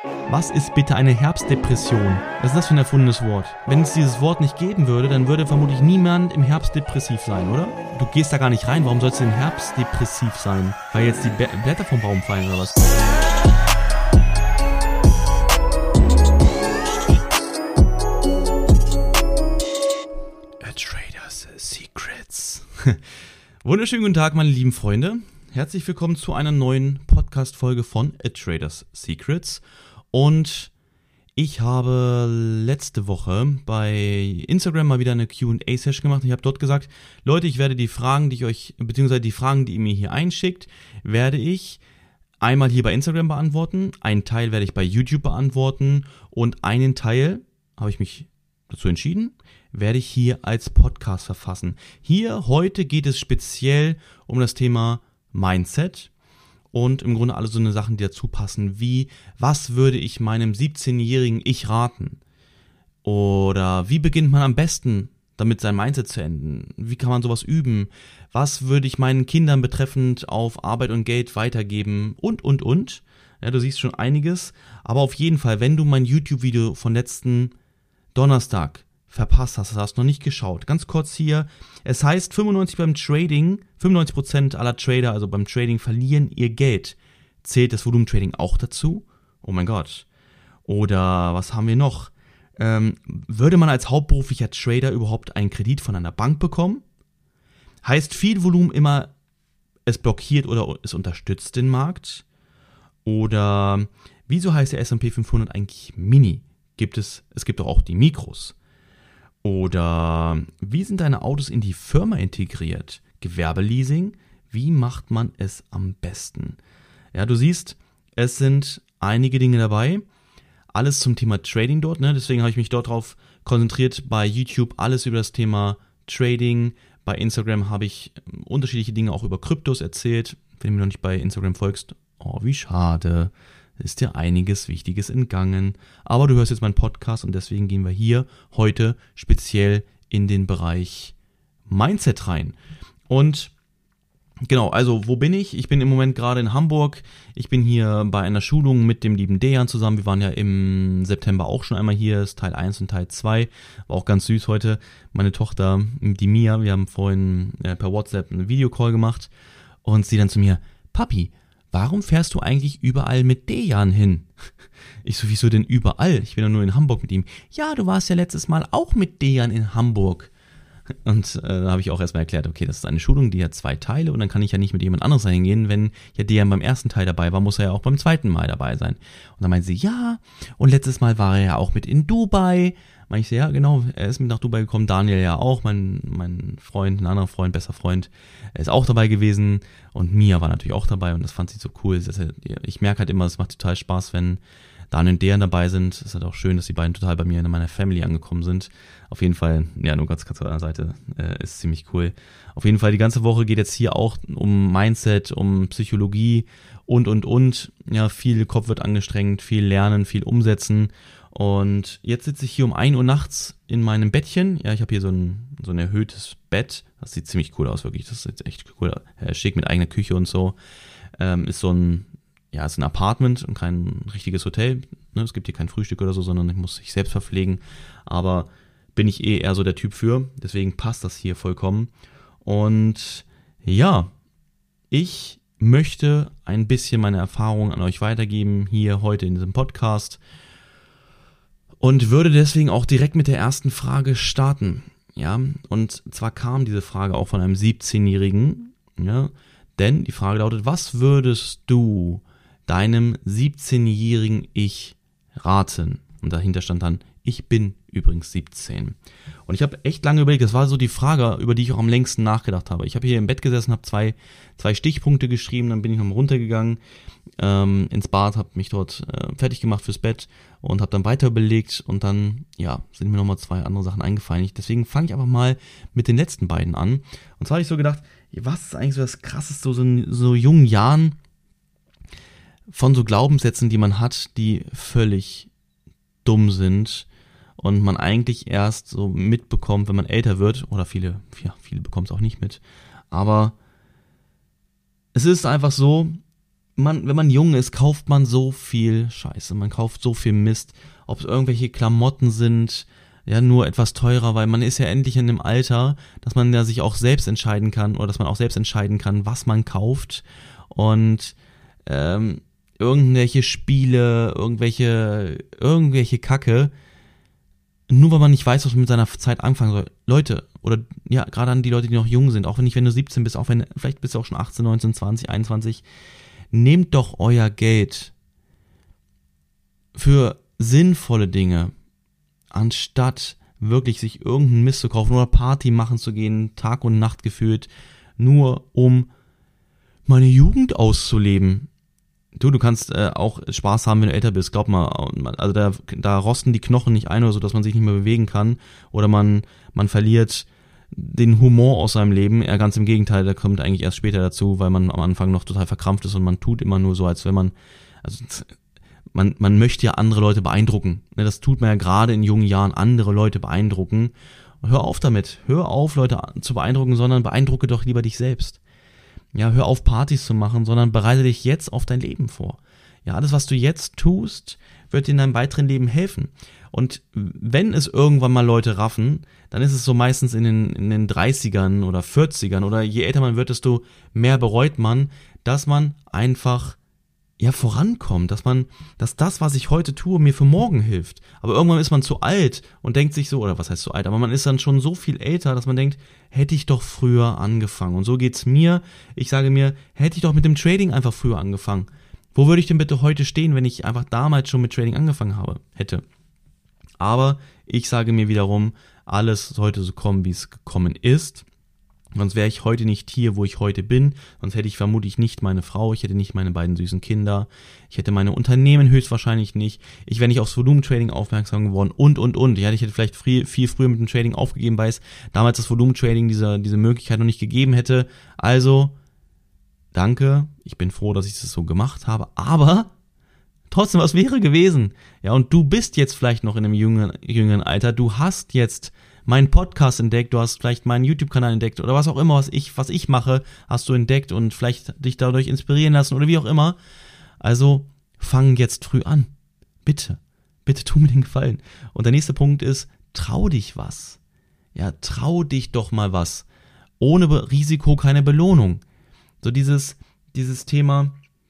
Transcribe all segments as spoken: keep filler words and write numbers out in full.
Was ist bitte eine Herbstdepression? Was ist das für ein erfundenes Wort? Wenn es dieses Wort nicht geben würde, dann würde vermutlich niemand im Herbst depressiv sein, oder? Du gehst da gar nicht rein, warum sollst du im Herbst depressiv sein? Weil jetzt die B- Blätter vom Baum fallen oder was? A Trader's Secrets. Wunderschönen guten Tag, meine lieben Freunde. Herzlich willkommen zu einer neuen Podcast-Folge von A Trader's Secrets. Und ich habe letzte Woche bei Instagram mal wieder eine Q und A-Session gemacht. Ich habe dort gesagt, Leute, ich werde die Fragen, die ich euch, beziehungsweise die Fragen, die ihr mir hier einschickt, werde ich einmal hier bei Instagram beantworten, einen Teil werde ich bei YouTube beantworten und einen Teil, habe ich mich dazu entschieden, werde ich hier als Podcast verfassen. Hier heute geht es speziell um das Thema Mindset. Und im Grunde alle so eine Sachen, die dazu passen, wie, was würde ich meinem siebzehnjährigen Ich raten? Oder wie beginnt man am besten, damit sein Mindset zu enden? Wie kann man sowas üben? Was würde ich meinen Kindern betreffend auf Arbeit und Geld weitergeben? Und, und, und. Ja, du siehst schon einiges. Aber auf jeden Fall, wenn du mein YouTube-Video von letzten Donnerstag verpasst hast, das hast du noch nicht geschaut. Ganz kurz hier, es heißt fünfundneunzig beim Trading, fünfundneunzig Prozent aller Trader, also beim Trading, verlieren ihr Geld. Zählt das Volumentrading auch dazu? Oh mein Gott. Oder was haben wir noch? Ähm, würde man als hauptberuflicher Trader überhaupt einen Kredit von einer Bank bekommen? Heißt viel Volumen immer, es blockiert oder es unterstützt den Markt? Oder wieso heißt der S und P fünfhundert eigentlich Mini? Gibt es, es gibt doch auch die Mikros. Oder wie sind deine Autos in die Firma integriert? Gewerbeleasing, wie macht man es am besten? Ja, du siehst, es sind einige Dinge dabei. Alles zum Thema Trading dort, ne? Deswegen habe ich mich dort drauf konzentriert. Bei YouTube alles über das Thema Trading. Bei Instagram habe ich unterschiedliche Dinge auch über Kryptos erzählt. Wenn du mir noch nicht bei Instagram folgst, oh, wie schade. Ist dir einiges Wichtiges entgangen. Aber du hörst jetzt meinen Podcast und deswegen gehen wir hier heute speziell in den Bereich Mindset rein. Und genau, also wo bin ich? Ich bin im Moment gerade in Hamburg. Ich bin hier bei einer Schulung mit dem lieben Dejan zusammen. Wir waren ja im September auch schon einmal hier. Das ist Teil eins und Teil zwei. War auch ganz süß heute. Meine Tochter, die Mia, wir haben vorhin äh, per WhatsApp einen Videocall gemacht und sie dann zu mir, Papi, warum fährst du eigentlich überall mit Dejan hin? Ich so, wieso denn überall? Ich bin doch nur in Hamburg mit ihm. Ja, du warst ja letztes Mal auch mit Dejan in Hamburg. Und äh, da habe ich auch erstmal erklärt, okay, das ist eine Schulung, die hat zwei Teile und dann kann ich ja nicht mit jemand anderes hingehen. Wenn ja Dejan beim ersten Teil dabei war, muss er ja auch beim zweiten Mal dabei sein. Und dann meinte sie, ja, und letztes Mal war er ja auch mit in Dubai. Meinte ich so, ja, genau, er ist mit nach Dubai gekommen, Daniel ja auch, mein mein Freund, ein anderer Freund, besser Freund, er ist auch dabei gewesen und Mia war natürlich auch dabei und das fand sie so cool. Ich merke halt immer, es macht total Spaß, wenn Daniel und Dejan dabei sind. Es ist halt auch schön, dass die beiden total bei mir in meiner Family angekommen sind. Auf jeden Fall, ja, nur ganz kurz auf der Seite, äh, ist ziemlich cool. Auf jeden Fall, die ganze Woche geht jetzt hier auch um Mindset, um Psychologie und, und, und. Ja, viel Kopf wird angestrengt, viel lernen, viel umsetzen. Und jetzt sitze ich hier um ein Uhr nachts in meinem Bettchen. Ja, ich habe hier so ein, so ein erhöhtes Bett. Das sieht ziemlich cool aus, wirklich. Das ist echt cool. Äh, schick mit eigener Küche und so. Ähm, ist so ein, ja, ist ein Apartment und kein richtiges Hotel. Ne? Es gibt hier kein Frühstück oder so, sondern ich muss mich selbst verpflegen. Aber bin ich eh eher so der Typ für. Deswegen passt das hier vollkommen. Und ja, ich möchte ein bisschen meine Erfahrungen an euch weitergeben, hier heute in diesem Podcast. Und würde deswegen auch direkt mit der ersten Frage starten. Ja, und zwar kam diese Frage auch von einem siebzehnjährigen, ja, denn die Frage lautet, was würdest du deinem siebzehnjährigen Ich raten? Und dahinter stand dann, ich bin übrigens siebzehn. Und ich habe echt lange überlegt, das war so die Frage, über die ich auch am längsten nachgedacht habe. Ich habe hier im Bett gesessen, habe zwei, zwei Stichpunkte geschrieben, dann bin ich nochmal runtergegangen ähm, ins Bad, habe mich dort äh, fertig gemacht fürs Bett und habe dann weiter überlegt und dann, ja, sind mir nochmal zwei andere Sachen eingefallen. Ich, deswegen fange ich einfach mal mit den letzten beiden an. Und zwar habe ich so gedacht, was ist eigentlich so das Krasseste, so, so in so jungen Jahren von so Glaubenssätzen, die man hat, die völlig dumm sind und man eigentlich erst so mitbekommt, wenn man älter wird, oder viele, ja, viele bekommen es auch nicht mit, aber es ist einfach so, man, wenn man jung ist, kauft man so viel Scheiße, man kauft so viel Mist, ob es irgendwelche Klamotten sind, ja, nur etwas teurer, weil man ist ja endlich in dem Alter, dass man ja sich auch selbst entscheiden kann oder dass man auch selbst entscheiden kann, was man kauft und ähm, irgendwelche Spiele, irgendwelche, irgendwelche Kacke, nur weil man nicht weiß, was man mit seiner Zeit anfangen soll. Leute, oder ja, gerade an die Leute, die noch jung sind, auch wenn nicht, wenn du siebzehn bist, auch wenn, vielleicht bist du auch schon achtzehn, neunzehn, zwanzig, einundzwanzig, nehmt doch euer Geld für sinnvolle Dinge, anstatt wirklich sich irgendeinen Mist zu kaufen oder Party machen zu gehen, Tag und Nacht gefühlt, nur um meine Jugend auszuleben. Du, du kannst äh, auch Spaß haben, wenn du älter bist, glaub mal. Also da, da rosten die Knochen nicht ein oder so, dass man sich nicht mehr bewegen kann oder man, man verliert den Humor aus seinem Leben. Ja, ganz im Gegenteil, der kommt eigentlich erst später dazu, weil man am Anfang noch total verkrampft ist und man tut immer nur so, als wenn man, also man, man möchte ja andere Leute beeindrucken. Das tut man ja gerade in jungen Jahren, andere Leute beeindrucken. Hör auf damit, hör auf, Leute zu beeindrucken, sondern beeindrucke doch lieber dich selbst. Ja, hör auf, Partys zu machen, sondern bereite dich jetzt auf dein Leben vor. Ja, alles, was du jetzt tust, wird dir in deinem weiteren Leben helfen. Und wenn es irgendwann mal Leute raffen, dann ist es so meistens in den, in den dreißigern oder vierzigern oder je älter man wird, desto mehr bereut man, dass man einfach ja vorankommt, dass man, dass das, was ich heute tue, mir für morgen hilft. Aber irgendwann ist man zu alt und denkt sich so, oder was heißt zu alt, aber man ist dann schon so viel älter, dass man denkt, hätte ich doch früher angefangen. Und so geht's mir. Ich sage mir, hätte ich doch mit dem Trading einfach früher angefangen. Wo würde ich denn bitte heute stehen, wenn ich einfach damals schon mit Trading angefangen habe, hätte? Aber ich sage mir wiederum, alles sollte so kommen, wie es gekommen ist. Sonst wäre ich heute nicht hier, wo ich heute bin. Sonst hätte ich vermutlich nicht meine Frau, ich hätte nicht meine beiden süßen Kinder, ich hätte meine Unternehmen höchstwahrscheinlich nicht, ich wäre nicht aufs Volumentrading aufmerksam geworden und, und, und. Ja, ich hätte vielleicht viel, viel früher mit dem Trading aufgegeben, weil es damals das Volumentrading diese, diese Möglichkeit noch nicht gegeben hätte. Also, danke, ich bin froh, dass ich das so gemacht habe, aber trotzdem, was wäre gewesen? Ja, und du bist jetzt vielleicht noch in einem jüngeren, jüngeren Alter, du hast jetzt meinen Podcast entdeckt, du hast vielleicht meinen YouTube-Kanal entdeckt oder was auch immer, was ich, was ich mache, hast du entdeckt und vielleicht dich dadurch inspirieren lassen oder wie auch immer. Also fang jetzt früh an. Bitte. Bitte tu mir den Gefallen. Und der nächste Punkt ist, trau dich was. Ja, trau dich doch mal was. Ohne Be- Risiko keine Belohnung. So dieses, dieses Thema,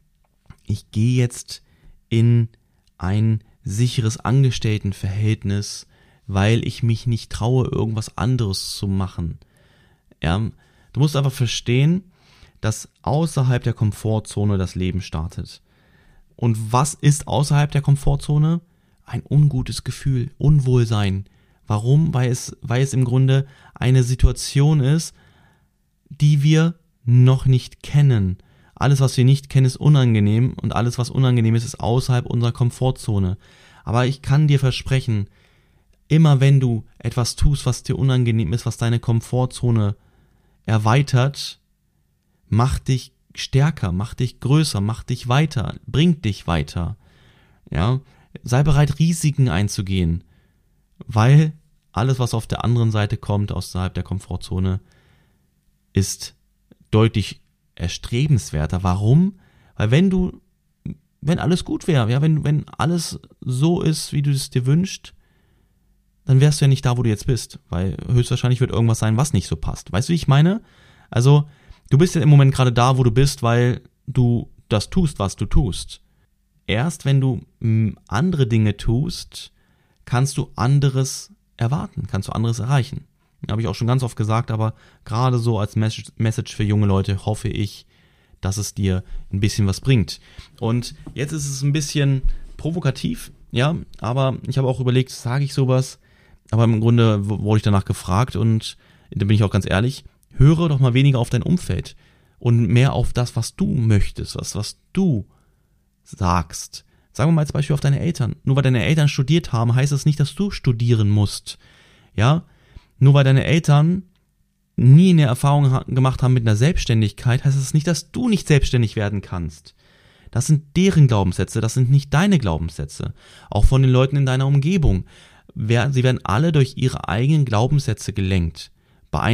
ich gehe jetzt in ein sicheres Angestelltenverhältnis, weil ich mich nicht traue, irgendwas anderes zu machen. Ja, du musst einfach verstehen, dass außerhalb der Komfortzone das Leben startet. Und was ist außerhalb der Komfortzone? Ein ungutes Gefühl, Unwohlsein. Warum? Weil es, weil es im Grunde eine Situation ist, die wir noch nicht kennen. Alles, was wir nicht kennen, ist unangenehm und alles, was unangenehm ist, ist außerhalb unserer Komfortzone. Aber ich kann dir versprechen, immer wenn du etwas tust, was dir unangenehm ist, was deine Komfortzone erweitert, macht dich stärker, macht dich größer, macht dich weiter, bringt dich weiter. Ja, sei bereit, Risiken einzugehen, weil alles, was auf der anderen Seite kommt, außerhalb der Komfortzone, ist deutlich erstrebenswerter. Warum? Weil wenn du, wenn alles gut wäre, ja, wenn, wenn alles so ist, wie du es dir wünschst, dann wärst du ja nicht da, wo du jetzt bist, weil höchstwahrscheinlich wird irgendwas sein, was nicht so passt. Weißt du, wie ich meine? Also, du bist ja im Moment gerade da, wo du bist, weil du das tust, was du tust. Erst wenn du m, andere Dinge tust, kannst du anderes erwarten, kannst du anderes erreichen. Habe ich auch schon ganz oft gesagt, aber gerade so als Message für junge Leute hoffe ich, dass es dir ein bisschen was bringt. Und jetzt ist es ein bisschen provokativ, ja, aber ich habe auch überlegt, sage ich sowas? Aber im Grunde wurde ich danach gefragt und da bin ich auch ganz ehrlich, höre doch mal weniger auf dein Umfeld und mehr auf das, was du möchtest, was, was du sagst. Sagen wir mal als Beispiel auf deine Eltern. Nur weil deine Eltern studiert haben, heißt das nicht, dass du studieren musst. Ja, nur weil deine Eltern nie eine Erfahrung ha- gemacht haben mit einer Selbstständigkeit, heißt das nicht, dass du nicht selbstständig werden kannst. Das sind deren Glaubenssätze, das sind nicht deine Glaubenssätze. Auch von den Leuten in deiner Umgebung. Sie werden alle durch ihre eigenen Glaubenssätze gelenkt,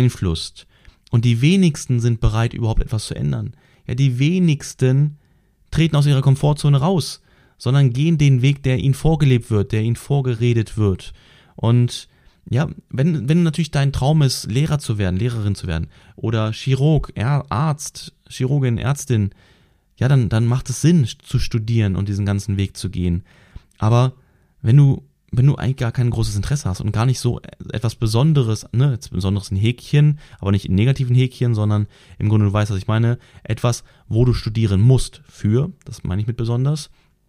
beeinflusst. Und die wenigsten sind bereit, überhaupt etwas zu ändern. Ja, die wenigsten treten aus ihrer Komfortzone raus, sondern gehen den Weg, der ihnen vorgelebt wird, der ihnen vorgeredet wird. Und ja, wenn, wenn natürlich dein Traum ist, Lehrer zu werden, Lehrerin zu werden oder Chirurg, Arzt, Chirurgin, Ärztin, ja, dann, dann macht es Sinn zu studieren und diesen ganzen Weg zu gehen. Aber wenn du, wenn du eigentlich gar kein großes Interesse hast und gar nicht so etwas Besonderes, ne, jetzt besonderes ein Häkchen, aber nicht in negativen Häkchen, sondern im Grunde, du weißt, was ich meine, etwas, wo du studieren musst für, das meine ich mit besonders,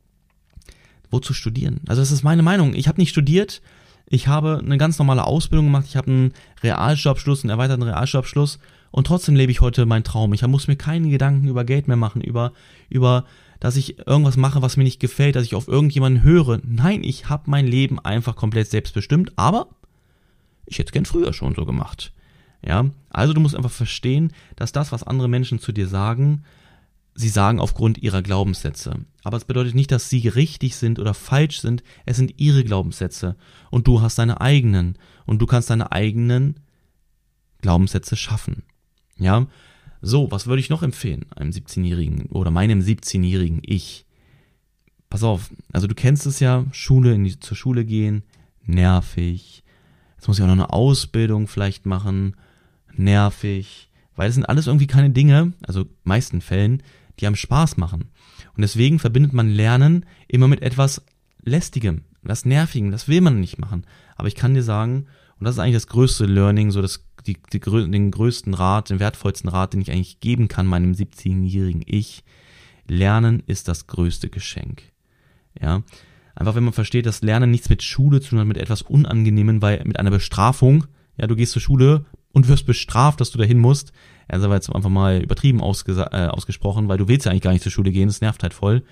wozu studieren? Also das ist meine Meinung. Ich habe nicht studiert, ich habe eine ganz normale Ausbildung gemacht, ich habe einen Realschulabschluss, einen erweiterten Realschulabschluss und trotzdem lebe ich heute meinen Traum. Ich muss mir keine Gedanken über Geld mehr machen, über, über, dass ich irgendwas mache, was mir nicht gefällt, dass ich auf irgendjemanden höre. Nein, ich habe mein Leben einfach komplett selbstbestimmt, aber ich hätte es gern früher schon so gemacht. Ja, also du musst einfach verstehen, dass das, was andere Menschen zu dir sagen, sie sagen aufgrund ihrer Glaubenssätze. Aber es bedeutet nicht, dass sie richtig sind oder falsch sind. Es sind ihre Glaubenssätze. Und du hast deine eigenen. Und du kannst deine eigenen Glaubenssätze schaffen. Ja, so, was würde ich noch empfehlen einem siebzehnjährigen oder meinem siebzehnjährigen Ich? Pass auf, also du kennst es ja, Schule, in die, zur Schule gehen, nervig. Jetzt muss ich auch noch eine Ausbildung vielleicht machen, nervig. Weil das sind alles irgendwie keine Dinge, also meisten Fällen, die einem Spaß machen. Und deswegen verbindet man Lernen immer mit etwas Lästigem, was Nervigem, das will man nicht machen. Aber ich kann dir sagen, und das ist eigentlich das größte Learning, so das, die, die, den größten Rat, den wertvollsten Rat, den ich eigentlich geben kann meinem siebzehnjährigen Ich, Lernen ist das größte Geschenk. Ja, einfach wenn man versteht, dass Lernen nichts mit Schule zu tun hat, mit etwas Unangenehmem, weil mit einer Bestrafung, ja, du gehst zur Schule und wirst bestraft, dass du dahin musst. Also war jetzt einfach mal übertrieben ausgesa- äh, ausgesprochen, weil du willst ja eigentlich gar nicht zur Schule gehen, das nervt halt voll.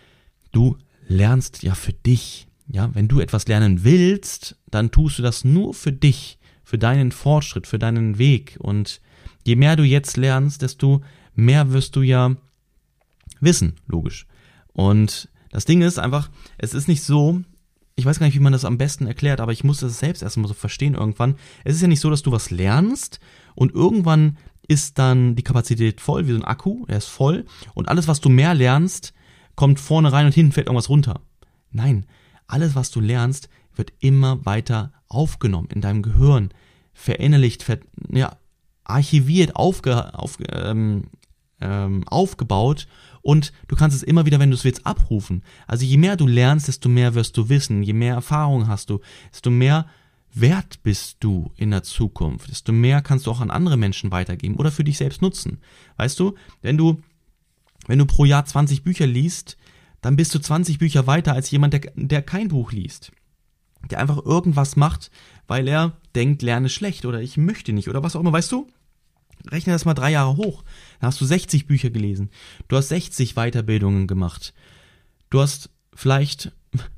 Du lernst ja für dich. Ja, wenn du etwas lernen willst, dann tust du das nur für dich, für deinen Fortschritt, für deinen Weg. Und je mehr du jetzt lernst, desto mehr wirst du ja wissen, logisch. Und das Ding ist einfach, es ist nicht so, ich weiß gar nicht, wie man das am besten erklärt, aber ich muss das selbst erstmal so verstehen irgendwann. Es ist ja nicht so, dass du was lernst und irgendwann ist dann die Kapazität voll, wie so ein Akku, der ist voll und alles, was du mehr lernst, kommt vorne rein und hinten fällt irgendwas runter. Nein, alles, was du lernst, wird immer weiter aufgenommen in deinem Gehirn, verinnerlicht, ver, ja, archiviert, aufge, auf, ähm, ähm, aufgebaut und du kannst es immer wieder, wenn du es willst, abrufen. Also je mehr du lernst, desto mehr wirst du wissen, je mehr Erfahrung hast du, desto mehr wert bist du in der Zukunft, desto mehr kannst du auch an andere Menschen weitergeben oder für dich selbst nutzen. Weißt du, wenn du, wenn du pro Jahr zwanzig Bücher liest, dann bist du zwanzig Bücher weiter als jemand, der, der kein Buch liest. Der einfach irgendwas macht, weil er denkt, lerne schlecht oder ich möchte nicht oder was auch immer, weißt du? Rechne das mal drei Jahre hoch. Dann hast du sechzig Bücher gelesen. Du hast sechzig Weiterbildungen gemacht. Du hast vielleicht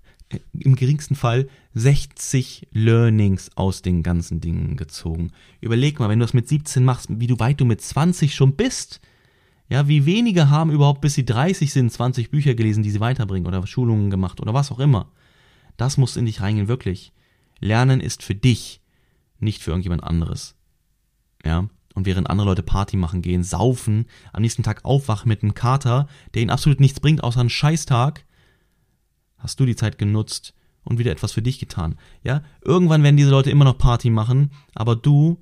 im geringsten Fall sechzig Learnings aus den ganzen Dingen gezogen. Überleg mal, wenn du das mit siebzehn machst, wie du weit du mit zwanzig schon bist. Ja, wie wenige haben überhaupt, bis sie dreißig sind, zwanzig Bücher gelesen, die sie weiterbringen oder Schulungen gemacht oder was auch immer. Das muss in dich reingehen, wirklich. Lernen ist für dich, nicht für irgendjemand anderes. Ja, und während andere Leute Party machen gehen, saufen, am nächsten Tag aufwachen mit einem Kater, der ihnen absolut nichts bringt, außer einen Scheißtag, hast du die Zeit genutzt und wieder etwas für dich getan. Ja, irgendwann werden diese Leute immer noch Party machen, aber du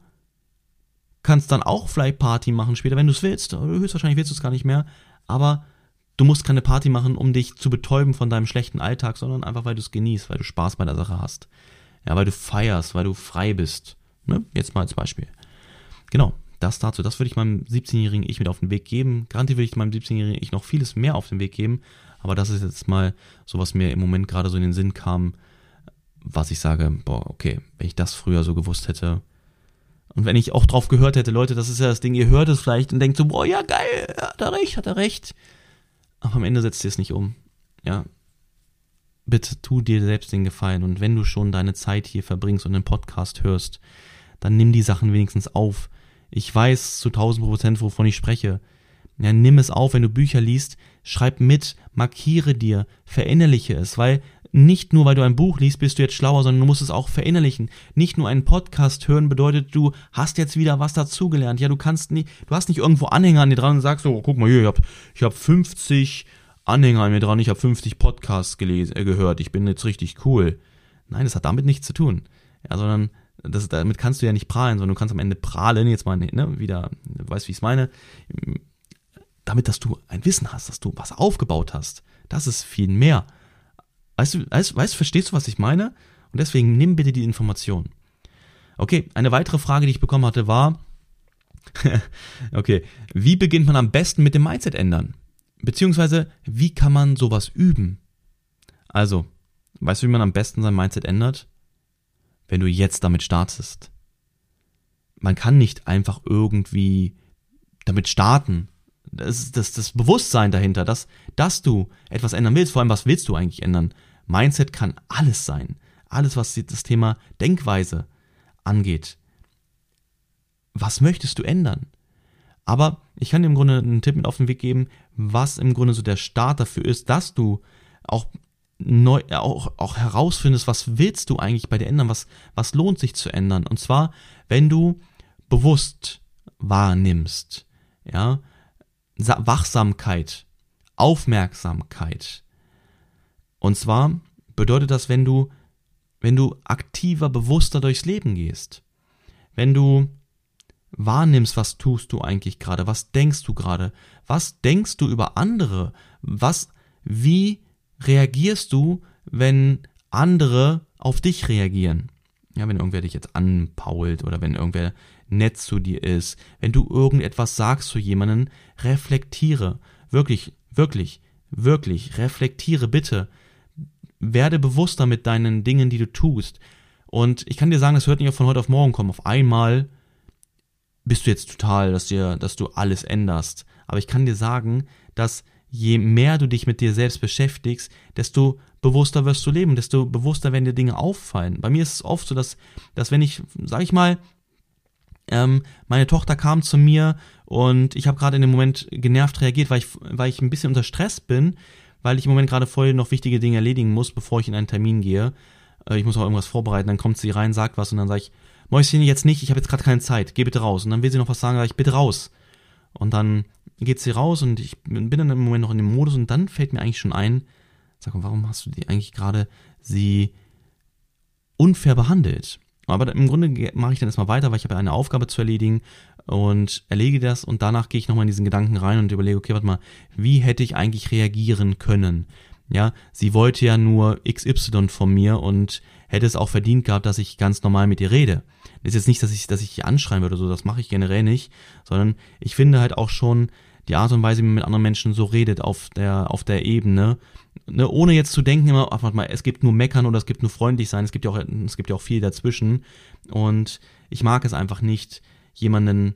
kannst dann auch vielleicht Party machen später, wenn du es willst. Höchstwahrscheinlich willst du es gar nicht mehr, aber du musst keine Party machen, um dich zu betäuben von deinem schlechten Alltag, sondern einfach, weil du es genießt, weil du Spaß bei der Sache hast. Ja, weil du feierst, weil du frei bist. Ne? Jetzt mal als Beispiel. Genau, das dazu. Das würde ich meinem siebzehnjährigen Ich mit auf den Weg geben. Garantiert würde ich meinem siebzehnjährigen Ich noch vieles mehr auf den Weg geben, aber das ist jetzt mal so, was mir im Moment gerade so in den Sinn kam, was ich sage, boah, okay, wenn ich das früher so gewusst hätte und wenn ich auch drauf gehört hätte, Leute, das ist ja das Ding, ihr hört es vielleicht und denkt so, boah, ja geil, hat er recht, hat er recht. Aber am Ende setzt ihr es nicht um. Ja, bitte tu dir selbst den Gefallen und wenn du schon deine Zeit hier verbringst und einen Podcast hörst, dann nimm die Sachen wenigstens auf. Ich weiß zu tausend Prozent, wovon ich spreche. Ja, nimm es auf, wenn du Bücher liest, schreib mit, markiere dir, verinnerliche es, weil nicht nur, weil du ein Buch liest, bist du jetzt schlauer, sondern du musst es auch verinnerlichen. Nicht nur einen Podcast hören bedeutet, du hast jetzt wieder was dazugelernt. Ja, du kannst nicht, du hast nicht irgendwo Anhänger an dir dran und sagst so, guck mal hier, ich hab, ich hab fünfzig Anhänger an mir dran, ich habe fünfzig Podcasts gelesen, äh, gehört, ich bin jetzt richtig cool. Nein, das hat damit nichts zu tun. Ja, sondern das, damit kannst du ja nicht prahlen, sondern du kannst am Ende prahlen, jetzt mal ne, wieder, du weißt, wie ich es meine, damit, dass du ein Wissen hast, dass du was aufgebaut hast. Das ist viel mehr. Weißt du, weißt, weißt, verstehst du, was ich meine? Und deswegen nimm bitte die Information. Okay, eine weitere Frage, die ich bekommen hatte, war, okay, wie beginnt man am besten mit dem Mindset ändern? Beziehungsweise, wie kann man sowas üben? Also, weißt du, wie man am besten sein Mindset ändert? Wenn du jetzt damit startest. Man kann nicht einfach irgendwie damit starten. Das ist das, das Bewusstsein dahinter, dass, dass du etwas ändern willst. Vor allem, was willst du eigentlich ändern? Mindset kann alles sein. Alles, was das Thema Denkweise angeht. Was möchtest du ändern? Aber ich kann dir im Grunde einen Tipp mit auf den Weg geben, was im Grunde so der Start dafür ist, dass du auch neu, auch, auch herausfindest, was willst du eigentlich bei dir ändern, was, was lohnt sich zu ändern. Und zwar, wenn du bewusst wahrnimmst, ja, Wachsamkeit, Aufmerksamkeit. Und zwar bedeutet das, wenn du, wenn du aktiver, bewusster durchs Leben gehst, wenn du wahrnimmst, was tust du eigentlich gerade, was denkst du gerade, was denkst du über andere, was, wie reagierst du, wenn andere auf dich reagieren? Ja, wenn irgendwer dich jetzt anpault oder wenn irgendwer nett zu dir ist, wenn du irgendetwas sagst zu jemandem, reflektiere, wirklich, wirklich, wirklich, reflektiere bitte, werde bewusster mit deinen Dingen, die du tust. Und ich kann dir sagen, das wird nicht von heute auf morgen kommen. Auf einmal bist du jetzt total, dass dir, dass du alles änderst. Aber ich kann dir sagen, dass je mehr du dich mit dir selbst beschäftigst, desto bewusster wirst du leben, desto bewusster werden dir Dinge auffallen. Bei mir ist es oft so, dass, dass wenn ich, sag ich mal, ähm, meine Tochter kam zu mir und ich habe gerade in dem Moment genervt reagiert, weil ich, weil ich ein bisschen unter Stress bin, weil ich im Moment gerade voll noch wichtige Dinge erledigen muss, bevor ich in einen Termin gehe. Äh, ich muss auch irgendwas vorbereiten, dann kommt sie rein, sagt was und dann sage ich, Mäuschen, jetzt nicht, ich habe jetzt gerade keine Zeit, geh bitte raus. Und dann will sie noch was sagen, sage ich, bitte raus. Und dann geht sie raus und ich bin dann im Moment noch in dem Modus und dann fällt mir eigentlich schon ein, sag mal, warum hast du die eigentlich gerade sie unfair behandelt? Aber im Grunde mache ich dann erstmal weiter, weil ich habe eine Aufgabe zu erledigen und erledige das und danach gehe ich nochmal in diesen Gedanken rein und überlege, okay, warte mal, wie hätte ich eigentlich reagieren können? Ja, sie wollte ja nur X Y von mir und hätte es auch verdient gehabt, dass ich ganz normal mit ihr rede. Das ist jetzt nicht, dass ich, dass ich sie anschreien würde oder so, das mache ich generell nicht, sondern ich finde halt auch schon die Art und Weise, wie man mit anderen Menschen so redet auf der, auf der Ebene, ne, ohne jetzt zu denken immer, ach, warte mal, es gibt nur meckern oder es gibt nur freundlich sein, es gibt ja auch, es gibt ja auch viel dazwischen und ich mag es einfach nicht, jemanden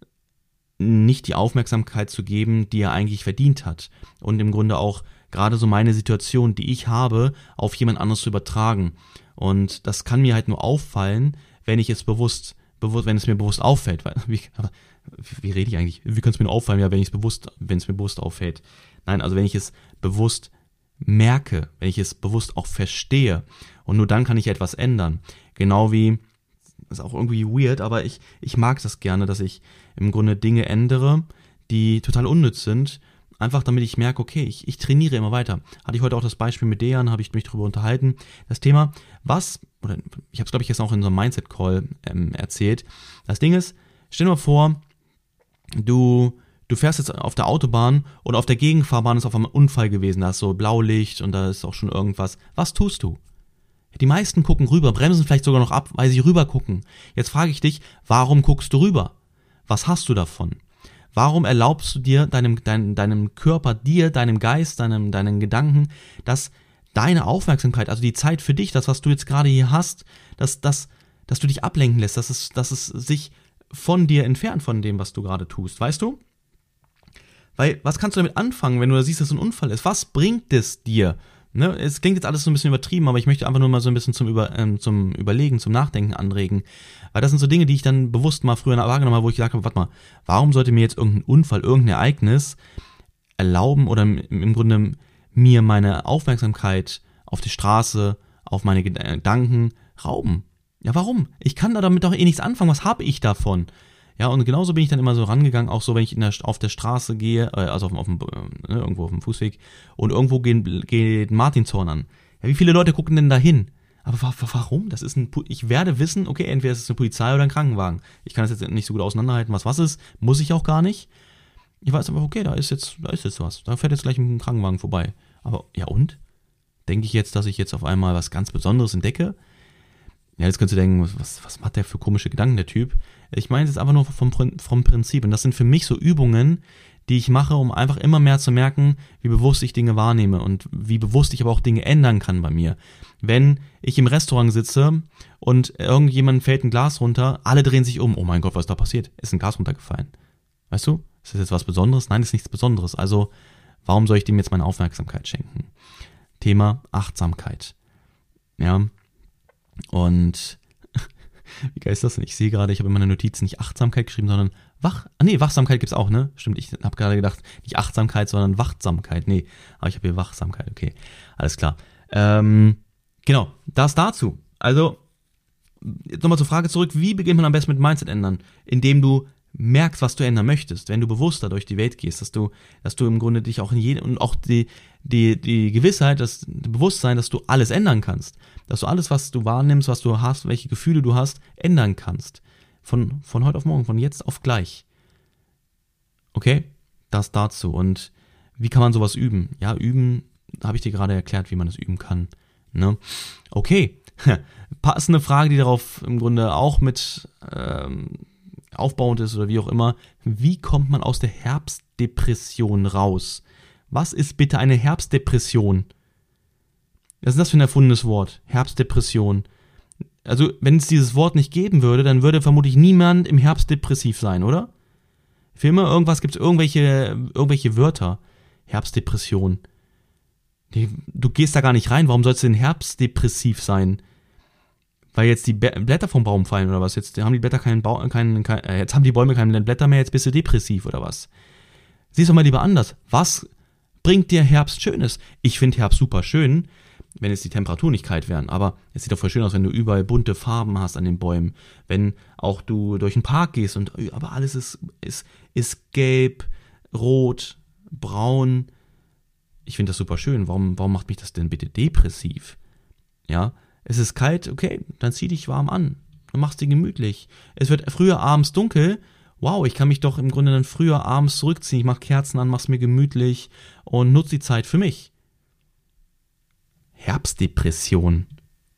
nicht die Aufmerksamkeit zu geben, die er eigentlich verdient hat und im Grunde auch gerade so meine Situation, die ich habe, auf jemand anderes zu übertragen. Und das kann mir halt nur auffallen, wenn ich es bewusst, bewusst, wenn es mir bewusst auffällt. Weil, wie, wie rede ich eigentlich? Wie kann es mir nur auffallen? Ja, wenn ich es bewusst, wenn es mir bewusst auffällt. Nein, also wenn ich es bewusst merke, wenn ich es bewusst auch verstehe. Und nur dann kann ich etwas ändern. Genau wie, das ist auch irgendwie weird, aber ich, ich mag das gerne, dass ich im Grunde Dinge ändere, die total unnütz sind, einfach damit ich merke, okay, ich, ich trainiere immer weiter. Hatte ich heute auch das Beispiel mit Dejan, habe ich mich darüber unterhalten. Das Thema, was, oder ich habe es glaube ich jetzt auch in so einem Mindset-Call ähm, erzählt. Das Ding ist, stell dir mal vor, du, du fährst jetzt auf der Autobahn und auf der Gegenfahrbahn ist auf einmal ein Unfall gewesen. Da ist so Blaulicht und da ist auch schon irgendwas. Was tust du? Die meisten gucken rüber, bremsen vielleicht sogar noch ab, weil sie rüber gucken. Jetzt frage ich dich, warum guckst du rüber? Was hast du davon? Warum erlaubst du dir, deinem, dein, deinem Körper, dir, deinem Geist, deinem, deinen Gedanken, dass deine Aufmerksamkeit, also die Zeit für dich, das, was du jetzt gerade hier hast, dass, dass, dass du dich ablenken lässt, dass es, dass es sich von dir entfernt, von dem, was du gerade tust, weißt du? Weil, was kannst du damit anfangen, wenn du da siehst, dass es ein Unfall ist? Was bringt es dir? Ne? Es klingt jetzt alles so ein bisschen übertrieben, aber ich möchte einfach nur mal so ein bisschen zum, Über, ähm, zum Überlegen, zum Nachdenken anregen. Weil das sind so Dinge, die ich dann bewusst mal früher wahrgenommen habe, wo ich gesagt habe, warte mal, warum sollte mir jetzt irgendein Unfall, irgendein Ereignis erlauben oder im Grunde mir meine Aufmerksamkeit auf die Straße, auf meine Gedanken rauben? Ja, warum? Ich kann da damit doch eh nichts anfangen. Was habe ich davon? Ja, und genauso bin ich dann immer so rangegangen, auch so, wenn ich in der, auf der Straße gehe, äh, also auf, auf dem, äh, ne, irgendwo auf dem Fußweg, und irgendwo gehen, geht ein Martinshorn an. Ja, wie viele Leute gucken denn da hin? Aber wa- wa- warum? Das ist ein, ich werde wissen, okay, entweder ist es eine Polizei oder ein Krankenwagen. Ich kann das jetzt nicht so gut auseinanderhalten, was was ist, muss ich auch gar nicht. Ich weiß aber, okay, da ist jetzt, da ist jetzt was. Da fährt jetzt gleich ein Krankenwagen vorbei. Aber, ja und? Denke ich jetzt, dass ich jetzt auf einmal was ganz Besonderes entdecke? Ja, jetzt könntest du denken, was, was hat der für komische Gedanken, der Typ? Ich meine es einfach nur vom, vom Prinzip. Und das sind für mich so Übungen, die ich mache, um einfach immer mehr zu merken, wie bewusst ich Dinge wahrnehme und wie bewusst ich aber auch Dinge ändern kann bei mir. Wenn ich im Restaurant sitze und irgendjemand fällt ein Glas runter, alle drehen sich um. Oh mein Gott, was ist da passiert? Ist ein Glas runtergefallen. Weißt du? Ist das jetzt was Besonderes? Nein, das ist nichts Besonderes. Also, warum soll ich dem jetzt meine Aufmerksamkeit schenken? Thema Achtsamkeit. Ja. Und wie geil ist das denn? Ich sehe gerade, ich habe in meiner Notiz nicht Achtsamkeit geschrieben, sondern Wach... Ah nee, Wachsamkeit gibt's auch, ne? Stimmt, ich habe gerade gedacht, nicht Achtsamkeit, sondern Wachsamkeit. Nee, aber ich habe hier Wachsamkeit, okay. Alles klar. Ähm, genau, das dazu. Also, jetzt nochmal zur Frage zurück, wie beginnt man am besten mit Mindset ändern? Indem du merkst, was du ändern möchtest, wenn du bewusster durch die Welt gehst, dass du, dass du im Grunde dich auch in jedem, und auch die, die, die Gewissheit, das Bewusstsein, dass du alles ändern kannst, dass du alles, was du wahrnimmst, was du hast, welche Gefühle du hast, ändern kannst. Von, von heute auf morgen, von jetzt auf gleich. Okay? Das dazu. Und wie kann man sowas üben? Ja, üben, habe ich dir gerade erklärt, wie man das üben kann. Ne? Okay. Passende Frage, die darauf im Grunde auch mit ähm, aufbauend ist oder wie auch immer. Wie kommt man aus der Herbstdepression raus? Was ist bitte eine Herbstdepression? Was ist das für ein erfundenes Wort? Herbstdepression. Also, wenn es dieses Wort nicht geben würde, dann würde vermutlich niemand im Herbst depressiv sein, oder? Für immer irgendwas gibt es irgendwelche, irgendwelche Wörter. Herbstdepression. Du gehst da gar nicht rein. Warum sollst du denn herbstdepressiv sein? Weil jetzt die Blätter vom Baum fallen oder was? Jetzt haben die Blätter keinen Baum, keinen, kein, äh, jetzt haben die Bäume keine Blätter mehr, jetzt bist du depressiv oder was? Sieh's doch mal lieber anders. Was bringt dir Herbst Schönes? Ich finde Herbst super schön, wenn jetzt die Temperaturen nicht kalt wären, aber es sieht doch voll schön aus, wenn du überall bunte Farben hast an den Bäumen, wenn auch du durch den Park gehst und aber alles ist, ist, ist gelb, rot, braun. Ich finde das super schön. Warum, warum macht mich das denn bitte depressiv? Ja, es ist kalt, okay, dann zieh dich warm an und mach's dir gemütlich. Es wird früher abends dunkel. Wow, ich kann mich doch im Grunde dann früher abends zurückziehen. Ich mach Kerzen an, mach's mir gemütlich und nutze die Zeit für mich. Herbstdepression.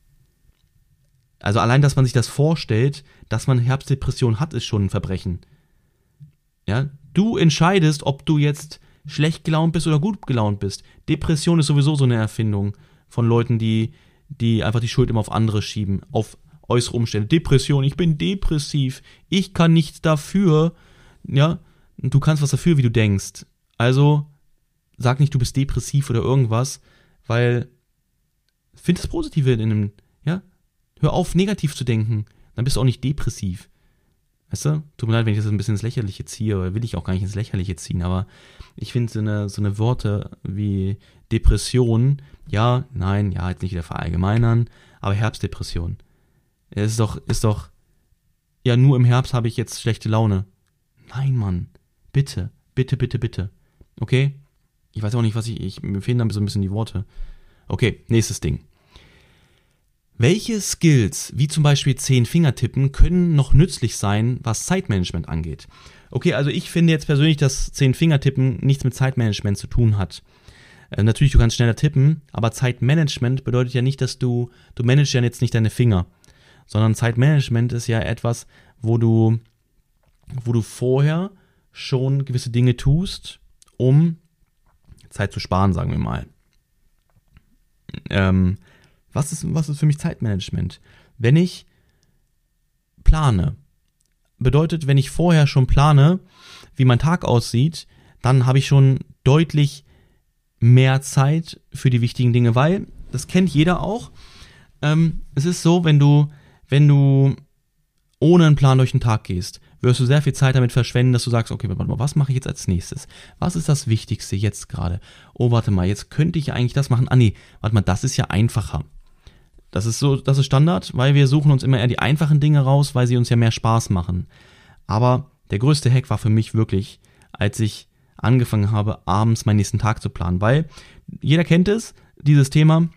Also allein, dass man sich das vorstellt, dass man Herbstdepression hat, ist schon ein Verbrechen. Ja, du entscheidest, ob du jetzt schlecht gelaunt bist oder gut gelaunt bist. Depression ist sowieso so eine Erfindung von Leuten, die, die einfach die Schuld immer auf andere schieben, auf äußere Umstände. Depression, ich bin depressiv, ich kann nichts dafür. Ja, und du kannst was dafür, wie du denkst. Also sag nicht, du bist depressiv oder irgendwas, weil find das Positive in einem, ja, hör auf, negativ zu denken, dann bist du auch nicht depressiv. Weißt du? Tut mir leid, wenn ich das ein bisschen ins Lächerliche ziehe, oder will ich auch gar nicht ins Lächerliche ziehen, aber ich finde so eine, so eine Worte wie Depression, ja, nein, ja, jetzt nicht wieder verallgemeinern, aber Herbstdepression. Es ist doch, ist doch, ja, nur im Herbst habe ich jetzt schlechte Laune. Nein, Mann, bitte, bitte, bitte, bitte. Okay? Ich weiß auch nicht, was ich, ich mir fehlen dann so ein bisschen die Worte. Okay, nächstes Ding. Welche Skills, wie zum Beispiel zehn Fingertippen, können noch nützlich sein, was Zeitmanagement angeht? Okay, also ich finde jetzt persönlich, dass zehn Fingertippen nichts mit Zeitmanagement zu tun hat. Äh, natürlich, du kannst schneller tippen, aber Zeitmanagement bedeutet ja nicht, dass du, du managst ja jetzt nicht deine Finger, sondern Zeitmanagement ist ja etwas, wo du, wo du vorher schon gewisse Dinge tust, um Zeit zu sparen, sagen wir mal. Ähm, was ist, was ist für mich Zeitmanagement? Wenn ich plane, bedeutet, wenn ich vorher schon plane, wie mein Tag aussieht, dann habe ich schon deutlich mehr Zeit für die wichtigen Dinge, weil, das kennt jeder auch, ähm, es ist so, wenn du, wenn du ohne einen Plan durch den Tag gehst, wirst du sehr viel Zeit damit verschwenden, dass du sagst, okay, warte mal, was mache ich jetzt als nächstes? Was ist das Wichtigste jetzt gerade? Oh, warte mal, jetzt könnte ich ja eigentlich das machen. Ah nee, warte mal, das ist ja einfacher. Das ist so, das ist Standard, weil wir suchen uns immer eher die einfachen Dinge raus, weil sie uns ja mehr Spaß machen. Aber der größte Hack war für mich wirklich, als ich angefangen habe, abends meinen nächsten Tag zu planen. Weil jeder kennt es, dieses Thema,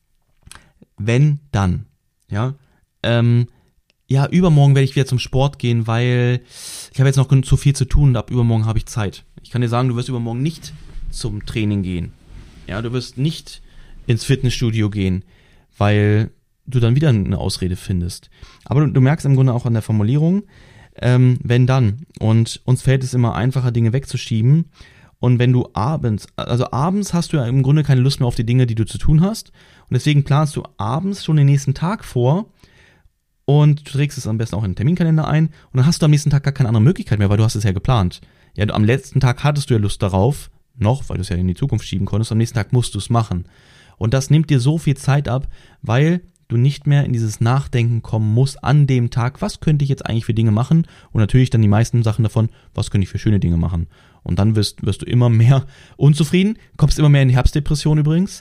wenn, dann. Ja, ähm, ja, übermorgen werde ich wieder zum Sport gehen, weil ich habe jetzt noch zu viel zu tun und ab übermorgen habe ich Zeit. Ich kann dir sagen, du wirst übermorgen nicht zum Training gehen. Ja, du wirst nicht ins Fitnessstudio gehen, weil du dann wieder eine Ausrede findest. Aber du, du merkst im Grunde auch an der Formulierung, ähm, wenn dann. Und uns fällt es immer einfacher, Dinge wegzuschieben. Und wenn du abends, also abends hast du ja im Grunde keine Lust mehr auf die Dinge, die du zu tun hast. Und deswegen planst du abends schon den nächsten Tag vor und du trägst es am besten auch in den Terminkalender ein. Und dann hast du am nächsten Tag gar keine andere Möglichkeit mehr, weil du hast es ja geplant. Ja, du, am letzten Tag hattest du ja Lust darauf, noch, weil du es ja in die Zukunft schieben konntest. Am nächsten Tag musst du es machen. Und das nimmt dir so viel Zeit ab, weil du nicht mehr in dieses Nachdenken kommen musst an dem Tag, was könnte ich jetzt eigentlich für Dinge machen? Und natürlich dann die meisten Sachen davon, was könnte ich für schöne Dinge machen? Und dann wirst, wirst du immer mehr unzufrieden, kommst immer mehr in die Herbstdepression übrigens,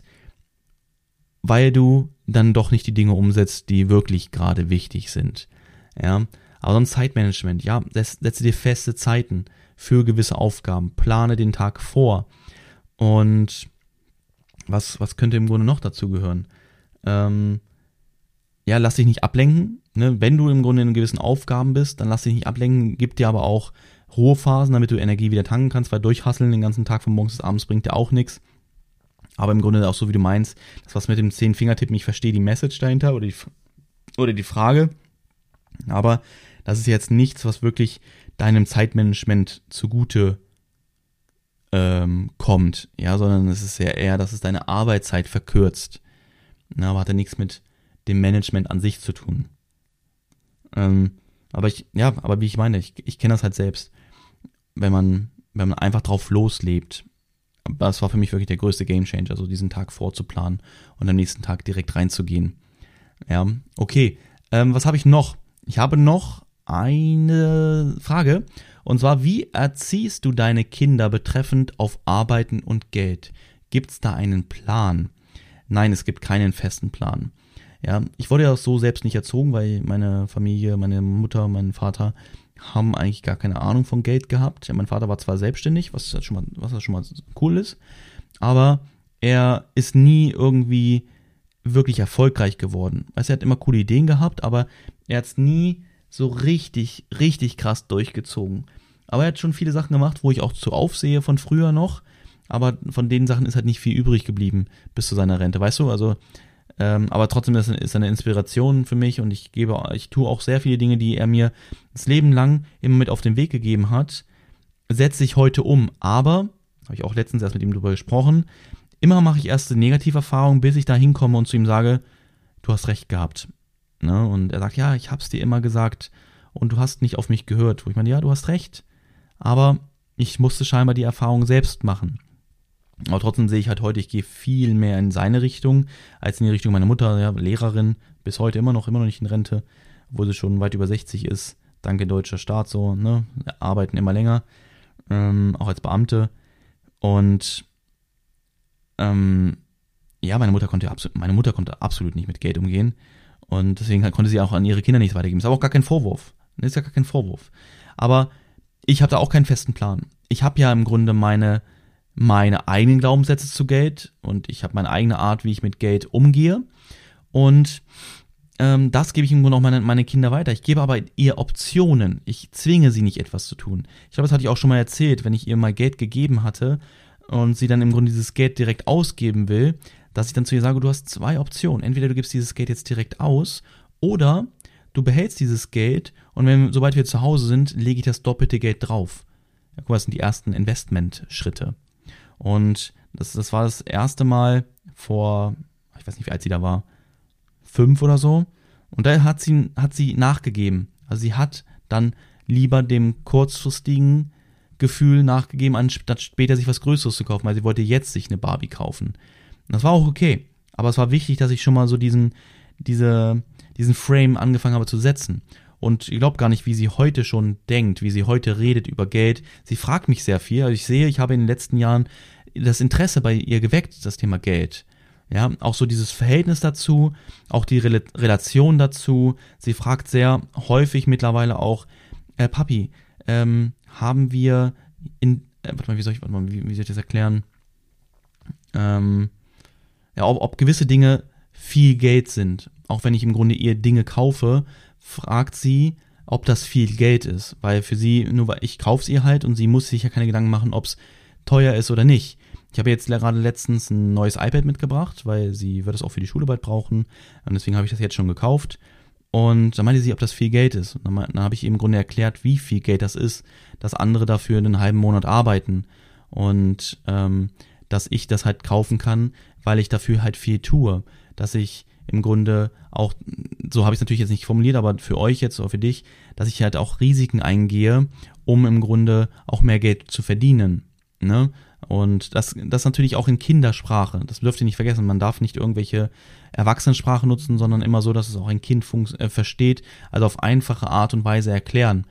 weil du dann doch nicht die Dinge umsetzt, die wirklich gerade wichtig sind. Ja, aber sonst Zeitmanagement, ja, setze dir feste Zeiten für gewisse Aufgaben, plane den Tag vor. Und was, was könnte im Grunde noch dazu gehören? Ähm, ja, lass dich nicht ablenken. Ne? Wenn du im Grunde in gewissen Aufgaben bist, dann lass dich nicht ablenken, gib dir aber auch Ruhephasen, damit du Energie wieder tanken kannst, weil durchhasseln den ganzen Tag von morgens bis abends bringt dir auch nichts. Aber im Grunde auch so, wie du meinst, das was mit dem zehn-Finger-Tippen, ich verstehe die Message dahinter oder die, oder die Frage, aber das ist jetzt nichts, was wirklich deinem Zeitmanagement zugute ähm, kommt, ja, sondern es ist ja eher, dass es deine Arbeitszeit verkürzt. Na, aber hat ja nichts mit dem Management an sich zu tun. Ähm, aber ich, ja, aber wie ich meine, ich, ich kenne das halt selbst, wenn man, wenn man einfach drauf loslebt. Das war für mich wirklich der größte Gamechanger, so diesen Tag vorzuplanen und am nächsten Tag direkt reinzugehen. Ja, okay. Ähm, was habe ich noch? Ich habe noch eine Frage. Und zwar, wie erziehst du deine Kinder betreffend auf Arbeiten und Geld? Gibt es da einen Plan? Nein, es gibt keinen festen Plan. Ja, ich wurde ja so selbst nicht erzogen, weil meine Familie, meine Mutter, mein Vater haben eigentlich gar keine Ahnung von Geld gehabt. Ja, mein Vater war zwar selbstständig, was schon mal, was schon mal cool ist, aber er ist nie irgendwie wirklich erfolgreich geworden. Weißt, er hat immer coole Ideen gehabt, aber er hat es nie so richtig, richtig krass durchgezogen. Aber er hat schon viele Sachen gemacht, wo ich auch zu aufsehe von früher noch, aber von den Sachen ist halt nicht viel übrig geblieben bis zu seiner Rente, weißt du? Also, ähm, aber trotzdem ist es eine Inspiration für mich und ich gebe, ich tue auch sehr viele Dinge, die er mir das Leben lang immer mit auf den Weg gegeben hat, setze ich heute um. Aber, habe ich auch letztens erst mit ihm drüber gesprochen, immer mache ich erst eine Negativerfahrung, bis ich da hinkomme und zu ihm sage, du hast recht gehabt. Ne? Und er sagt, ja, ich hab's dir immer gesagt und du hast nicht auf mich gehört. Wo ich meine, ja, du hast recht, aber ich musste scheinbar die Erfahrung selbst machen. Aber trotzdem sehe ich halt heute, ich gehe viel mehr in seine Richtung, als in die Richtung meiner Mutter, ja, Lehrerin, bis heute immer noch, immer noch nicht in Rente, obwohl sie schon weit über sechzig ist, danke deutscher Staat so, ne, arbeiten immer länger, ähm, auch als Beamte und ähm, ja, meine Mutter konnte absolut, meine Mutter konnte absolut nicht mit Geld umgehen und deswegen konnte sie auch an ihre Kinder nichts weitergeben. Ist aber auch gar kein Vorwurf, das ist ja gar kein Vorwurf, aber ich habe da auch keinen festen Plan. Ich habe ja im Grunde meine meine eigenen Glaubenssätze zu Geld und ich habe meine eigene Art, wie ich mit Geld umgehe und ähm, das gebe ich im Grunde auch meine, meine Kinder weiter. Ich gebe aber ihr Optionen. Ich zwinge sie nicht, etwas zu tun. Ich glaube, das hatte ich auch schon mal erzählt, wenn ich ihr mal Geld gegeben hatte und sie dann im Grunde dieses Geld direkt ausgeben will, dass ich dann zu ihr sage, du hast zwei Optionen. Entweder du gibst dieses Geld jetzt direkt aus oder du behältst dieses Geld und wenn, sobald wir zu Hause sind, lege ich das doppelte Geld drauf. Ja, guck mal, das sind die ersten Investmentschritte. Und das, das war das erste Mal vor, ich weiß nicht, wie alt sie da war, fünf oder so. Und da hat sie, hat sie nachgegeben. Also sie hat dann lieber dem kurzfristigen Gefühl nachgegeben, anstatt später sich was Größeres zu kaufen, weil sie wollte jetzt sich eine Barbie kaufen. Und das war auch okay. Aber es war wichtig, dass ich schon mal so diesen, diese, diesen Frame angefangen habe zu setzen. Und ich glaube gar nicht, wie sie heute schon denkt, wie sie heute redet über Geld. Sie fragt mich sehr viel. Also ich sehe, ich habe in den letzten Jahren das Interesse bei ihr geweckt, das Thema Geld. Ja, auch so dieses Verhältnis dazu, auch die Rel- Relation dazu. Sie fragt sehr häufig mittlerweile auch, äh, Papi, ähm, haben wir in, äh, warte mal, wie soll ich, warte mal, wie, wie soll ich das erklären? Ähm, ja, ob, ob gewisse Dinge viel Geld sind. Auch wenn ich im Grunde ihr Dinge kaufe, fragt sie, ob das viel Geld ist. Weil für sie, nur weil ich kaufe es ihr halt und sie muss sich ja keine Gedanken machen, ob es teuer ist oder nicht. Ich habe jetzt gerade letztens ein neues iPad mitgebracht, weil sie wird es auch für die Schule bald brauchen. Und deswegen habe ich das jetzt schon gekauft. Und dann meinte sie, ob das viel Geld ist. Und dann, dann habe ich ihr im Grunde erklärt, wie viel Geld das ist, dass andere dafür einen halben Monat arbeiten. Und ähm, dass ich das halt kaufen kann, weil ich dafür halt viel tue. Dass ich im Grunde auch, so habe ich es natürlich jetzt nicht formuliert, aber für euch jetzt oder für dich, dass ich halt auch Risiken eingehe, um im Grunde auch mehr Geld zu verdienen. Ne? Und das, das natürlich auch in Kindersprache. Das dürft ihr nicht vergessen. Man darf nicht irgendwelche Erwachsenensprache nutzen, sondern immer so, dass es auch ein Kind funks- äh, versteht, also auf einfache Art und Weise erklären.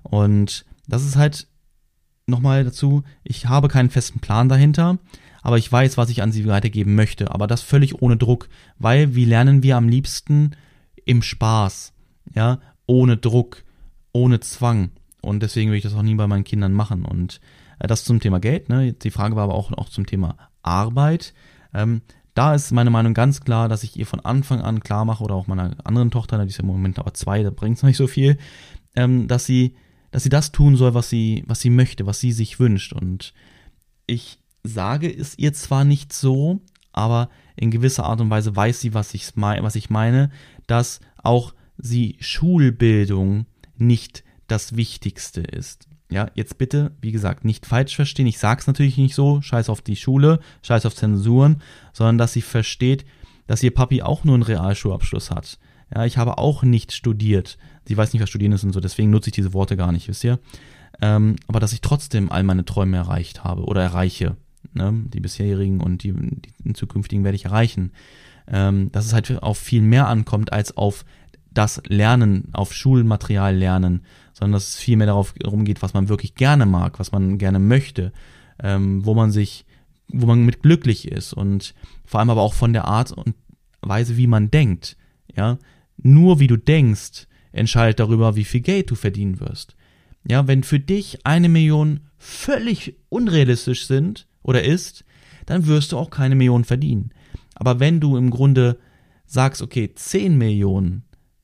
Und das ist halt nochmal dazu, ich habe keinen festen Plan dahinter, aber ich weiß, was ich an sie weitergeben möchte. Aber das völlig ohne Druck, weil wie lernen wir am liebsten im Spaß, ja, ohne Druck, ohne Zwang. Und deswegen will ich das auch nie bei meinen Kindern machen. Und äh, das zum Thema Geld, ne? Die Frage war aber auch, auch zum Thema Arbeit. Ähm, da ist meine Meinung ganz klar, dass ich ihr von Anfang an klar mache, oder auch meiner anderen Tochter, die ist ja im Moment aber zwei, da bringt es noch nicht so viel, ähm, dass sie, dass sie das tun soll, was sie, was sie möchte, was sie sich wünscht. Und ich sage es ihr zwar nicht so, aber in gewisser Art und Weise weiß sie, was ich, was ich meine, dass auch sie Schulbildung nicht das Wichtigste ist. Ja, jetzt bitte, wie gesagt, nicht falsch verstehen. Ich sage es natürlich nicht so, scheiß auf die Schule, scheiß auf Zensuren, sondern dass sie versteht, dass ihr Papi auch nur einen Realschulabschluss hat. Ja, ich habe auch nicht studiert. Sie weiß nicht, was Studieren ist und so, deswegen nutze ich diese Worte gar nicht, wisst ihr? Ähm, aber dass ich trotzdem all meine Träume erreicht habe oder erreiche. Ne? Die bisherigen und die, die zukünftigen werde ich erreichen. Ähm, dass es halt auf viel mehr ankommt als auf das Lernen, auf Schulmaterial lernen, sondern dass es viel mehr darauf darum geht, was man wirklich gerne mag, was man gerne möchte, ähm, wo man sich, wo man mit glücklich ist und vor allem aber auch von der Art und Weise, wie man denkt. Ja, nur wie du denkst, entscheidet darüber, wie viel Geld du verdienen wirst. Ja, wenn für dich eine Million völlig unrealistisch sind oder ist, dann wirst du auch keine Million verdienen. Aber wenn du im Grunde sagst, okay, zehn Millionen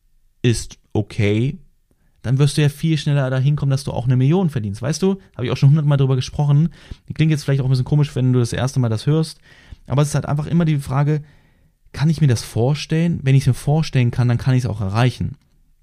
ist okay, dann wirst du ja viel schneller dahin kommen, dass du auch eine Million verdienst. Weißt du, habe ich auch schon hundertmal drüber gesprochen. Die klingt jetzt vielleicht auch ein bisschen komisch, wenn du das erste Mal das hörst, aber es ist halt einfach immer die Frage, kann ich mir das vorstellen? Wenn ich es mir vorstellen kann, dann kann ich es auch erreichen.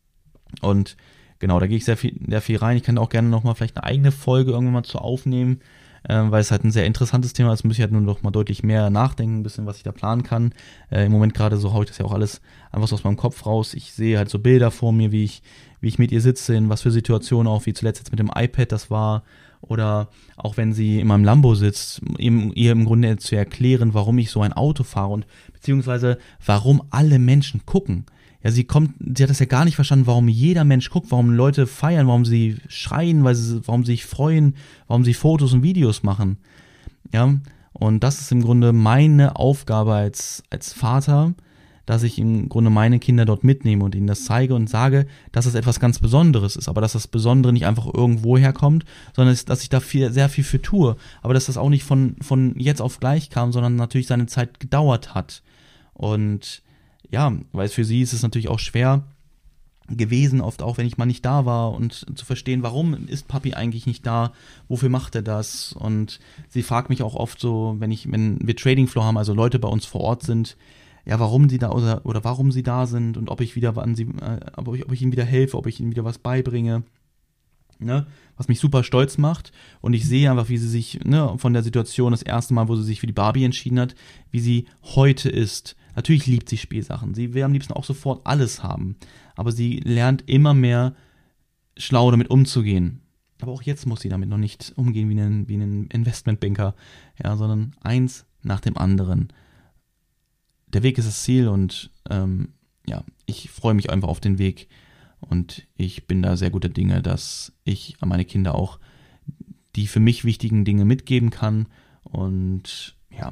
Und genau, da gehe ich sehr viel, sehr viel rein. Ich kann auch gerne nochmal vielleicht eine eigene Folge irgendwann mal zu aufnehmen, äh, weil es halt ein sehr interessantes Thema ist. Jetzt muss ich halt nur noch mal deutlich mehr nachdenken, ein bisschen, was ich da planen kann. Äh, Im Moment gerade so haue ich das ja auch alles einfach so aus meinem Kopf raus. Ich sehe halt so Bilder vor mir, wie ich, wie ich mit ihr sitze, in was für Situationen auch, wie zuletzt jetzt mit dem iPad das war. Oder auch wenn sie in meinem Lambo sitzt, ihm, ihr im Grunde zu erklären, warum ich so ein Auto fahre und beziehungsweise warum alle Menschen gucken. Ja, sie kommt, sie hat das ja gar nicht verstanden, warum jeder Mensch guckt, warum Leute feiern, warum sie schreien, weil sie, warum sie sich freuen, warum sie Fotos und Videos machen. Ja, und das ist im Grunde meine Aufgabe als, als Vater, dass ich im Grunde meine Kinder dort mitnehme und ihnen das zeige und sage, dass es etwas ganz Besonderes ist, aber dass das Besondere nicht einfach irgendwo herkommt, sondern dass ich da viel, sehr viel für tue, aber dass das auch nicht von, von jetzt auf gleich kam, sondern natürlich seine Zeit gedauert hat. Und ja, weil für sie ist es natürlich auch schwer gewesen, oft auch, wenn ich mal nicht da war und zu verstehen, warum ist Papi eigentlich nicht da, wofür macht er das? Und sie fragt mich auch oft so, wenn ich, wenn wir Trading Floor haben, also Leute bei uns vor Ort sind, ja, warum sie da oder, oder warum sie da sind und ob ich wieder an sie, äh, ob ich, ob ich ihnen wieder helfe, ob ich ihnen wieder was beibringe, ne, was mich super stolz macht. Und ich sehe einfach, wie sie sich, ne, von der Situation das erste Mal, wo sie sich für die Barbie entschieden hat, wie sie heute ist. Natürlich liebt sie Spielsachen. Sie will am liebsten auch sofort alles haben. Aber sie lernt immer mehr schlau damit umzugehen. Aber auch jetzt muss sie damit noch nicht umgehen wie ein, wie ein Investmentbanker, ja, sondern eins nach dem anderen. Der Weg ist das Ziel und ähm, ja, ich freue mich einfach auf den Weg und ich bin da sehr guter Dinge, dass ich an meine Kinder auch die für mich wichtigen Dinge mitgeben kann und ja,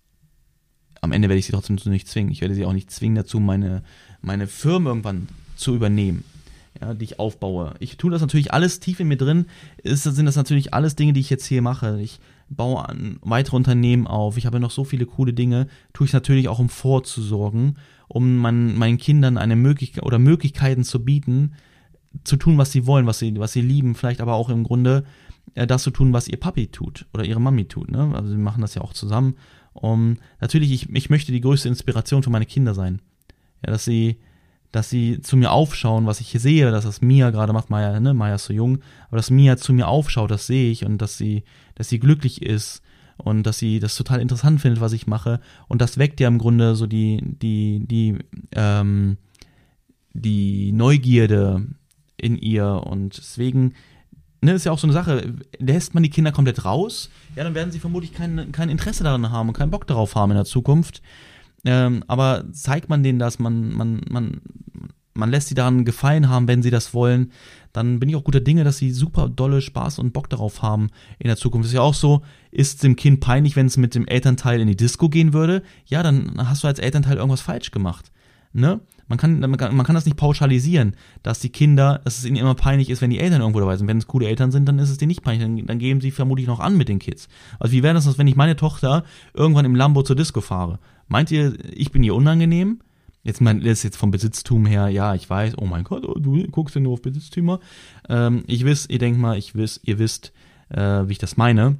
am Ende werde ich sie trotzdem nicht zwingen. Ich werde sie auch nicht zwingen dazu, meine, meine Firma irgendwann zu übernehmen. ja, die ich aufbaue. Ich tue das natürlich alles tief in mir drin, ist, sind das natürlich alles Dinge, die ich jetzt hier mache. Ich baue an weitere Unternehmen auf, ich habe noch so viele coole Dinge, tue ich natürlich auch, um vorzusorgen, um mein, meinen Kindern eine Möglichkeit oder Möglichkeiten zu bieten, zu tun, was sie wollen, was sie, was sie lieben, vielleicht aber auch im Grunde äh, das zu tun, was ihr Papi tut oder ihre Mami tut. Ne? Also wir machen das ja auch zusammen. Um, natürlich, ich, ich möchte die größte Inspiration für meine Kinder sein. Ja, dass sie, dass sie zu mir aufschauen, was ich hier sehe, dass das Mia gerade macht, Maya, ne, Maya ist so jung, aber dass Mia zu mir aufschaut, das sehe ich, und dass sie, dass sie glücklich ist und dass sie das total interessant findet, was ich mache, und das weckt ja im Grunde so die, die, die, ähm, die Neugierde in ihr, und deswegen, ne, ist ja auch so eine Sache, lässt man die Kinder komplett raus, ja, dann werden sie vermutlich kein, kein Interesse daran haben und keinen Bock darauf haben in der Zukunft. Ähm, aber zeigt man denen das, man, man, man, man lässt sie daran Gefallen haben, wenn sie das wollen, dann bin ich auch guter Dinge, dass sie super dolle Spaß und Bock darauf haben in der Zukunft. Ist ja auch so, ist dem Kind peinlich, wenn es mit dem Elternteil in die Disco gehen würde? Ja, dann hast du als Elternteil irgendwas falsch gemacht. Ne? Man kann, man kann, man kann das nicht pauschalisieren, dass die Kinder, dass es ihnen immer peinlich ist, wenn die Eltern irgendwo dabei sind. Wenn es coole Eltern sind, dann ist es denen nicht peinlich, dann, dann geben sie vermutlich noch an mit den Kids. Also wie wäre das, wenn ich meine Tochter irgendwann im Lambo zur Disco fahre? Meint ihr, ich bin ihr unangenehm? Jetzt mein, das ist jetzt vom Besitztum her, ja, ich weiß, oh mein Gott, du guckst ja nur auf Besitztümer. Ähm, ich wisst, ihr denkt mal, ich wisst, ihr wisst, äh, wie ich das meine.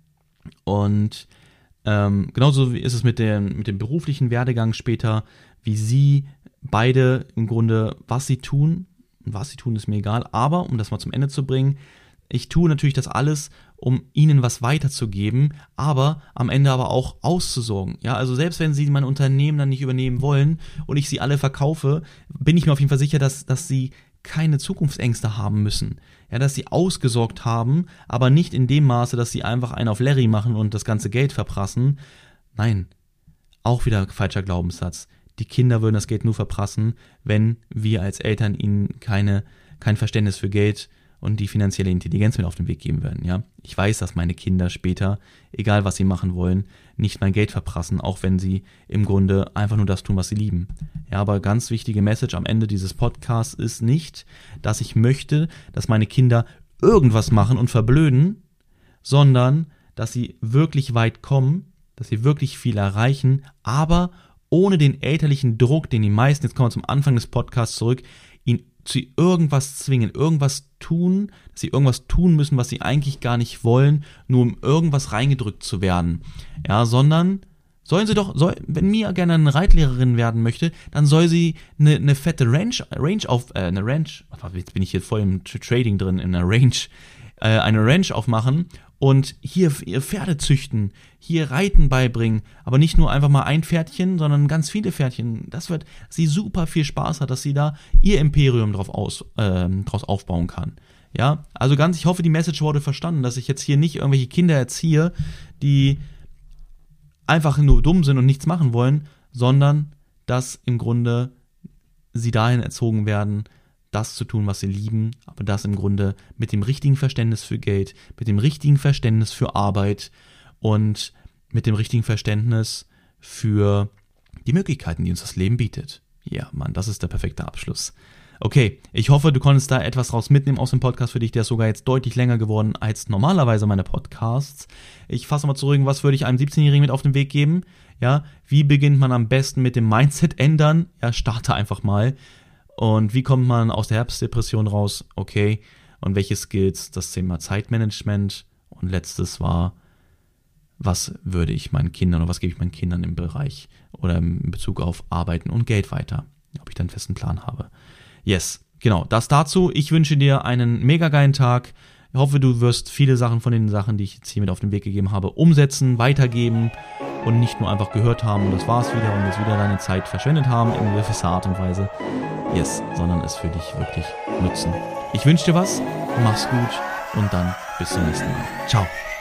Und ähm, genauso ist es mit, der, mit dem beruflichen Werdegang später, wie sie beide im Grunde, was sie tun, und was sie tun, ist mir egal, aber um das mal zum Ende zu bringen, ich tue natürlich das alles, um ihnen was weiterzugeben, aber am Ende aber auch auszusorgen. Ja, also selbst wenn sie mein Unternehmen dann nicht übernehmen wollen und ich sie alle verkaufe, bin ich mir auf jeden Fall sicher, dass, dass sie keine Zukunftsängste haben müssen. Ja, dass sie ausgesorgt haben, aber nicht in dem Maße, dass sie einfach einen auf Larry machen und das ganze Geld verprassen. Nein, auch wieder falscher Glaubenssatz. Die Kinder würden das Geld nur verprassen, wenn wir als Eltern ihnen keine, kein Verständnis für Geld und die finanzielle Intelligenz mit auf den Weg geben würden. Ja? Ich weiß, dass meine Kinder später, egal was sie machen wollen, nicht mein Geld verprassen, auch wenn sie im Grunde einfach nur das tun, was sie lieben. Ja, aber ganz wichtige Message am Ende dieses Podcasts ist nicht, dass ich möchte, dass meine Kinder irgendwas machen und verblöden, sondern dass sie wirklich weit kommen, dass sie wirklich viel erreichen, aber ohne den elterlichen Druck, den die meisten, jetzt kommen wir zum Anfang des Podcasts zurück, ihn zu irgendwas zwingen, irgendwas tun, dass sie irgendwas tun müssen, was sie eigentlich gar nicht wollen, nur um irgendwas reingedrückt zu werden. Ja, sondern sollen sie doch, soll, wenn Mia gerne eine Reitlehrerin werden möchte, dann soll sie eine, eine fette Range, Range auf, äh, eine Range, jetzt bin ich hier voll im Trading drin, in einer Range, äh, eine Range aufmachen und hier ihr Pferde züchten, hier Reiten beibringen, aber nicht nur einfach mal ein Pferdchen, sondern ganz viele Pferdchen. Das wird, sie super viel Spaß hat, dass sie da ihr Imperium drauf aus, äh, draus aufbauen kann. Ja, also ganz, ich hoffe, die Message wurde verstanden, dass ich jetzt hier nicht irgendwelche Kinder erziehe, die einfach nur dumm sind und nichts machen wollen, sondern dass im Grunde sie dahin erzogen werden, das zu tun, was sie lieben, aber das im Grunde mit dem richtigen Verständnis für Geld, mit dem richtigen Verständnis für Arbeit und mit dem richtigen Verständnis für die Möglichkeiten, die uns das Leben bietet. Ja, Mann, das ist der perfekte Abschluss. Okay, ich hoffe, du konntest da etwas raus mitnehmen aus dem Podcast für dich. Der ist sogar jetzt deutlich länger geworden als normalerweise meine Podcasts. Ich fasse mal zurück, was würde ich einem siebzehnjährigen mit auf den Weg geben? Ja, wie beginnt man am besten mit dem Mindset ändern? Ja, starte einfach mal. Und wie kommt man aus der Herbstdepression raus? Okay. Und welche Skills? Das Thema Zeitmanagement. Und letztes war, was würde ich meinen Kindern oder was gebe ich meinen Kindern im Bereich oder in Bezug auf Arbeiten und Geld weiter? Ob ich da einen festen Plan habe. Yes, genau, das dazu. Ich wünsche dir einen mega geilen Tag. Ich hoffe, du wirst viele Sachen von den Sachen, die ich jetzt hier mit auf den Weg gegeben habe, umsetzen, weitergeben und nicht nur einfach gehört haben und das war's wieder und jetzt wieder deine Zeit verschwendet haben in gewisser Art und Weise. Yes, sondern es für dich wirklich nutzen. Ich wünsche dir was, mach's gut und dann bis zum nächsten Mal. Ciao.